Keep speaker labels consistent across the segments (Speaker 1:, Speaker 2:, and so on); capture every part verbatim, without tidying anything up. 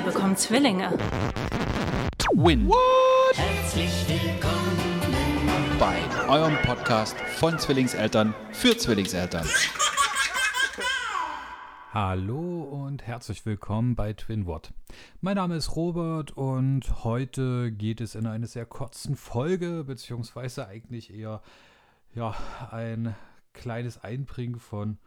Speaker 1: bekommen Zwillinge.
Speaker 2: Twin.
Speaker 3: What? Herzlich willkommen
Speaker 2: bei eurem Podcast von Zwillingseltern für Zwillingseltern.
Speaker 4: Hallo und herzlich willkommen bei TwinWhat. Mein Name ist Robert und heute geht es in einer sehr kurzen Folge, beziehungsweise eigentlich eher ja, ein kleines Einbringen von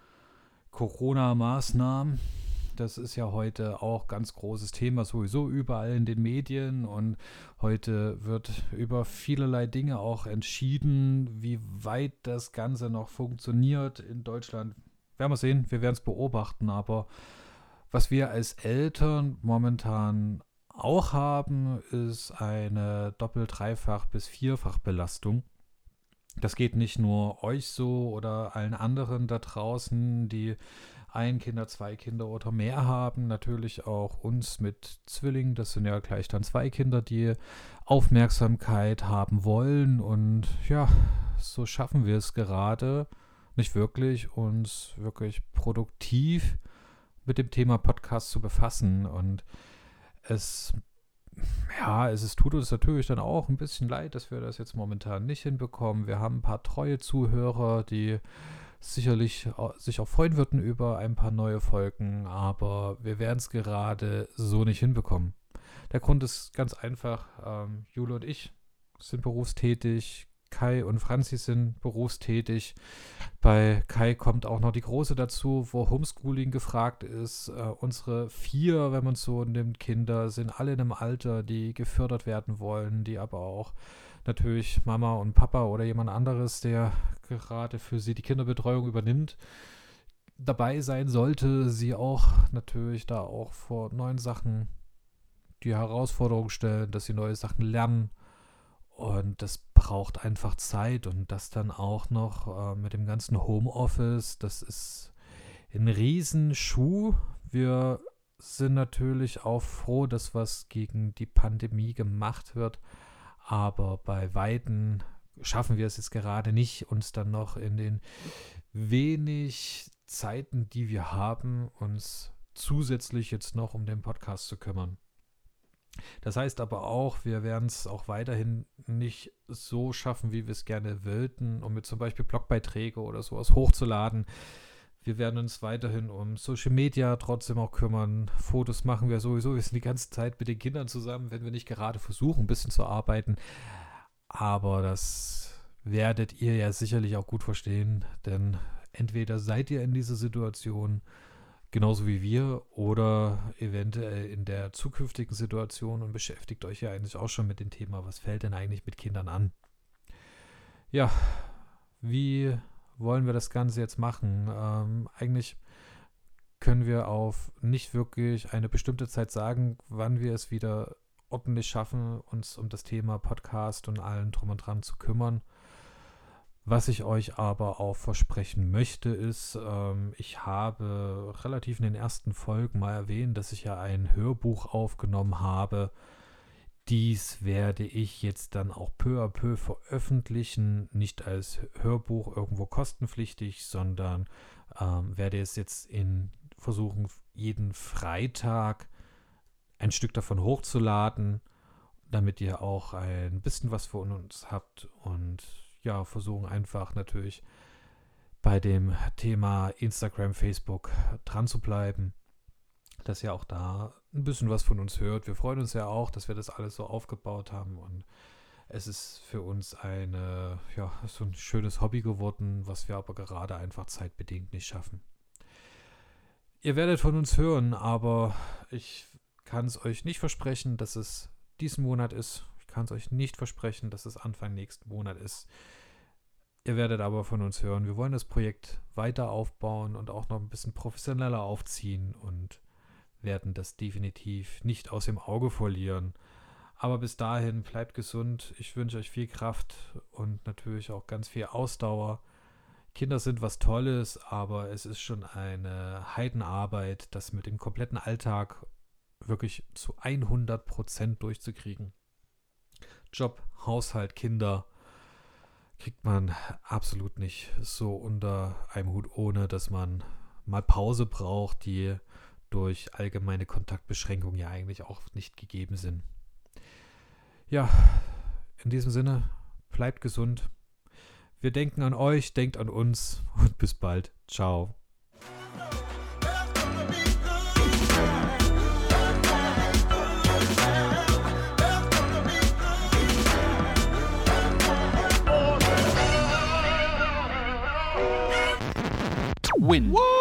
Speaker 4: Corona-Maßnahmen. Das ist ja heute auch ganz großes Thema, sowieso überall in den Medien, und heute wird über vielerlei Dinge auch entschieden, wie weit das Ganze noch funktioniert in Deutschland. Werden wir sehen, wir werden es beobachten, aber was wir als Eltern momentan auch haben, ist eine Doppel-, Dreifach- bis Vierfach-Belastung. Das geht nicht nur euch so oder allen anderen da draußen, die ein Kinder, zwei Kinder oder mehr haben, natürlich auch uns mit Zwillingen. Das sind ja gleich dann zwei Kinder, die Aufmerksamkeit haben wollen, und ja, so schaffen wir es gerade nicht wirklich, uns wirklich produktiv mit dem Thema Podcast zu befassen. Und es, ja, es, es tut uns natürlich dann auch ein bisschen leid, dass wir das jetzt momentan nicht hinbekommen. Wir haben ein paar treue Zuhörer, die sicherlich sich auch freuen würden über ein paar neue Folgen, aber wir werden es gerade so nicht hinbekommen. Der Grund ist ganz einfach, ähm, Jule und ich sind berufstätig, Kai und Franzi sind berufstätig. Bei Kai kommt auch noch die Große dazu, wo Homeschooling gefragt ist. Äh, unsere vier, wenn man es so nimmt, Kinder sind alle in einem Alter, die gefördert werden wollen, die aber auch natürlich Mama und Papa oder jemand anderes, der gerade für sie die Kinderbetreuung übernimmt, dabei sein sollte. Sie auch natürlich da auch vor neuen Sachen die Herausforderung stellen, dass sie neue Sachen lernen. Und das braucht einfach Zeit, und das dann auch noch äh, mit dem ganzen Homeoffice, das ist ein Riesenschuh. Wir sind natürlich auch froh, dass was gegen die Pandemie gemacht wird, aber bei Weitem schaffen wir es jetzt gerade nicht, uns dann noch in den wenig Zeiten, die wir haben, uns zusätzlich jetzt noch um den Podcast zu kümmern. Das heißt aber auch, wir werden es auch weiterhin nicht so schaffen, wie wir es gerne wollten, um mit zum Beispiel Blogbeiträge oder sowas hochzuladen. Wir werden uns weiterhin um Social Media trotzdem auch kümmern. Fotos machen wir sowieso. Wir sind die ganze Zeit mit den Kindern zusammen, wenn wir nicht gerade versuchen, ein bisschen zu arbeiten. Aber das werdet ihr ja sicherlich auch gut verstehen, denn entweder seid ihr in dieser Situation genauso wie wir oder eventuell in der zukünftigen Situation und beschäftigt euch ja eigentlich auch schon mit dem Thema, was fällt denn eigentlich mit Kindern an? Ja, wie wollen wir das Ganze jetzt machen? Ähm, eigentlich können wir auf nicht wirklich eine bestimmte Zeit sagen, wann wir es wieder ordentlich schaffen, uns um das Thema Podcast und allen drum und dran zu kümmern. Was ich euch aber auch versprechen möchte, ist, ähm, ich habe relativ in den ersten Folgen mal erwähnt, dass ich ja ein Hörbuch aufgenommen habe. Dies werde ich jetzt dann auch peu à peu veröffentlichen, nicht als Hörbuch irgendwo kostenpflichtig, sondern ähm, werde es jetzt in versuchen, jeden Freitag ein Stück davon hochzuladen, damit ihr auch ein bisschen was von uns habt, und ja, versuchen einfach natürlich bei dem Thema Instagram, Facebook dran zu bleiben, dass ihr auch da ein bisschen was von uns hört. Wir freuen uns ja auch, dass wir das alles so aufgebaut haben, und es ist für uns eine, ja, so ein schönes Hobby geworden, was wir aber gerade einfach zeitbedingt nicht schaffen. Ihr werdet von uns hören, aber ich kann es euch nicht versprechen, dass es diesen Monat ist. Ich kann es euch nicht versprechen, dass es Anfang nächsten Monat ist. Ihr werdet aber von uns hören. Wir wollen das Projekt weiter aufbauen und auch noch ein bisschen professioneller aufziehen und werden das definitiv nicht aus dem Auge verlieren. Aber bis dahin, bleibt gesund. Ich wünsche euch viel Kraft und natürlich auch ganz viel Ausdauer. Kinder sind was Tolles, aber es ist schon eine Heidenarbeit, das mit dem kompletten Alltag wirklich zu hundert Prozent durchzukriegen. Job, Haushalt, Kinder kriegt man absolut nicht so unter einem Hut, ohne dass man mal Pause braucht, die durch allgemeine Kontaktbeschränkungen ja eigentlich auch nicht gegeben sind. Ja, in diesem Sinne, bleibt gesund. Wir denken an euch, denkt an uns und bis bald. Ciao.
Speaker 2: Win.